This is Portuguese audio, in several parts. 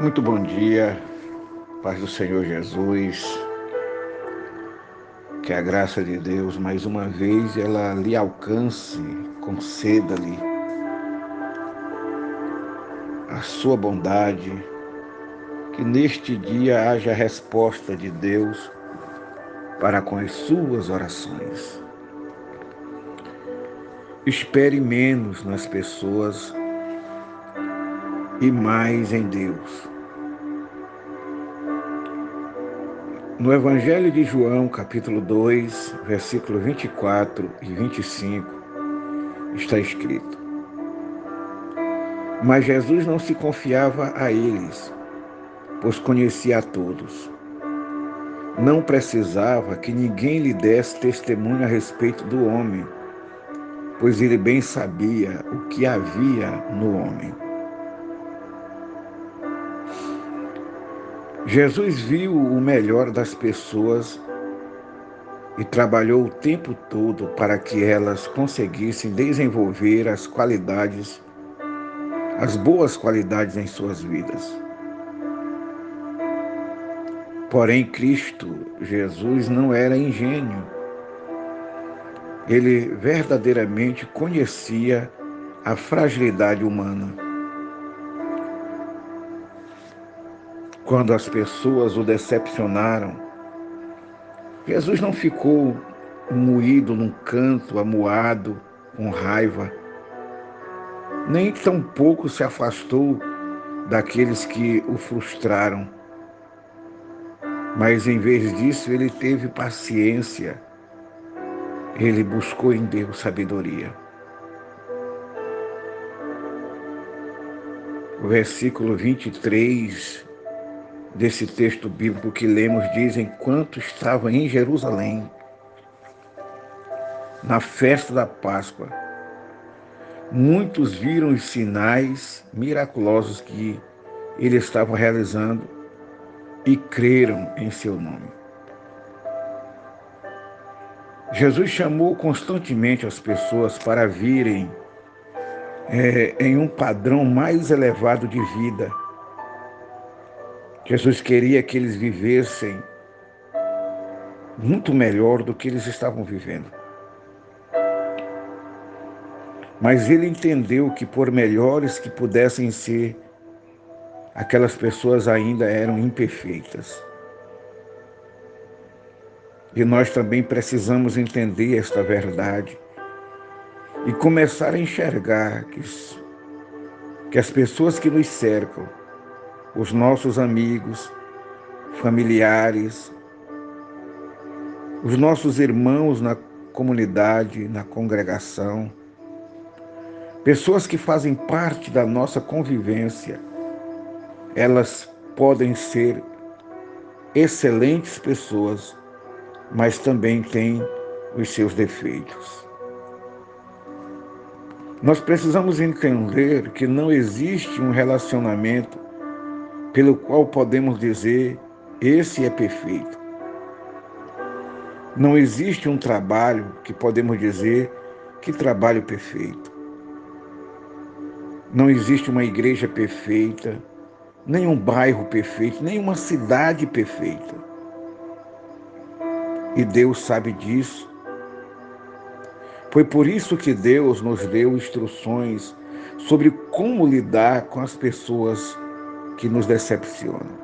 Muito bom dia, paz do Senhor Jesus, que a graça de Deus, mais uma vez, ela lhe alcance, conceda-lhe a sua bondade, que neste dia haja resposta de Deus para com as suas orações. Espere menos nas pessoas e mais em Deus. No Evangelho de João, capítulo 2, versículo 24 e 25, está escrito: Mas Jesus não se confiava a eles, pois conhecia a todos. Não precisava que ninguém lhe desse testemunho a respeito do homem, pois ele bem sabia o que havia no homem. Jesus viu o melhor das pessoas e trabalhou o tempo todo para que elas conseguissem desenvolver as boas qualidades em suas vidas. Porém, Cristo Jesus não era ingênuo. Ele verdadeiramente conhecia a fragilidade humana. Quando as pessoas o decepcionaram, Jesus não ficou moído num canto, amuado, com raiva, nem tampouco se afastou daqueles que o frustraram. Mas em vez disso, ele teve paciência. Ele buscou em Deus sabedoria. O versículo 23 desse texto bíblico que lemos diz: enquanto estava em Jerusalém, na festa da Páscoa, muitos viram os sinais miraculosos que ele estava realizando e creram em seu nome. Jesus chamou constantemente as pessoas para virem em um padrão mais elevado de vida. Jesus queria que eles vivessem muito melhor do que eles estavam vivendo. Mas ele entendeu que, por melhores que pudessem ser, aquelas pessoas ainda eram imperfeitas. E nós também precisamos entender esta verdade e começar a enxergar que as pessoas que nos cercam, os nossos amigos, familiares, os nossos irmãos na comunidade, na congregação, pessoas que fazem parte da nossa convivência, elas podem ser excelentes pessoas, mas também têm os seus defeitos. Nós precisamos entender que não existe um relacionamento pelo qual podemos dizer esse é perfeito. Não existe um trabalho que podemos dizer que trabalho perfeito. Não existe uma igreja perfeita, nem um bairro perfeito, nem uma cidade perfeita. E Deus sabe disso. Foi por isso que Deus nos deu instruções sobre como lidar com as pessoas que nos decepcionam.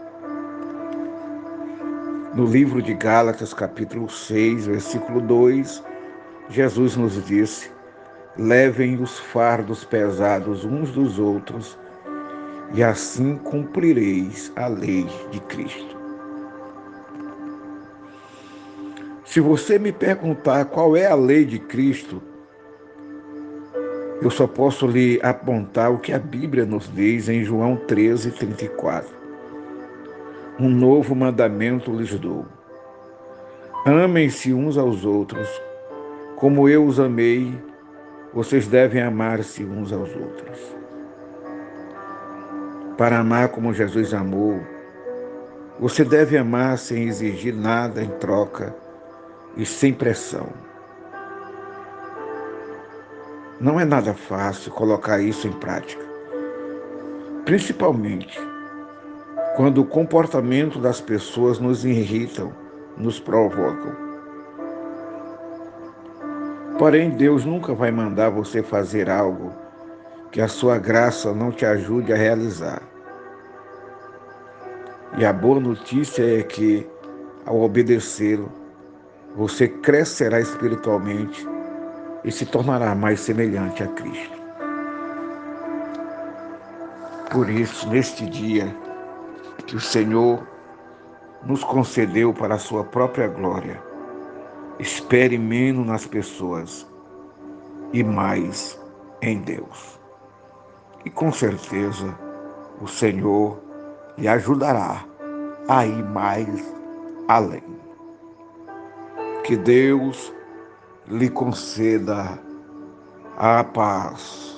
No livro de Gálatas, capítulo 6, versículo 2, Jesus nos disse: levem os fardos pesados uns dos outros, e assim cumprireis a lei de Cristo. Se você me perguntar qual é a lei de Cristo, eu só posso lhe apontar o que a Bíblia nos diz em João 13, 34. Um novo mandamento lhes dou: amem-se uns aos outros. Como eu os amei, vocês devem amar-se uns aos outros. Para amar como Jesus amou, você deve amar sem exigir nada em troca e sem pressão. Não é nada fácil colocar isso em prática, principalmente quando o comportamento das pessoas nos irritam, nos provocam. Porém, Deus nunca vai mandar você fazer algo que a sua graça não te ajude a realizar. E a boa notícia é que, ao obedecê-lo, você crescerá espiritualmente e se tornará mais semelhante a Cristo. Por isso, neste dia que o Senhor nos concedeu para a sua própria glória, espere menos nas pessoas e mais em Deus. E com certeza o Senhor lhe ajudará a ir mais além. Que Deus lhe conceda a paz.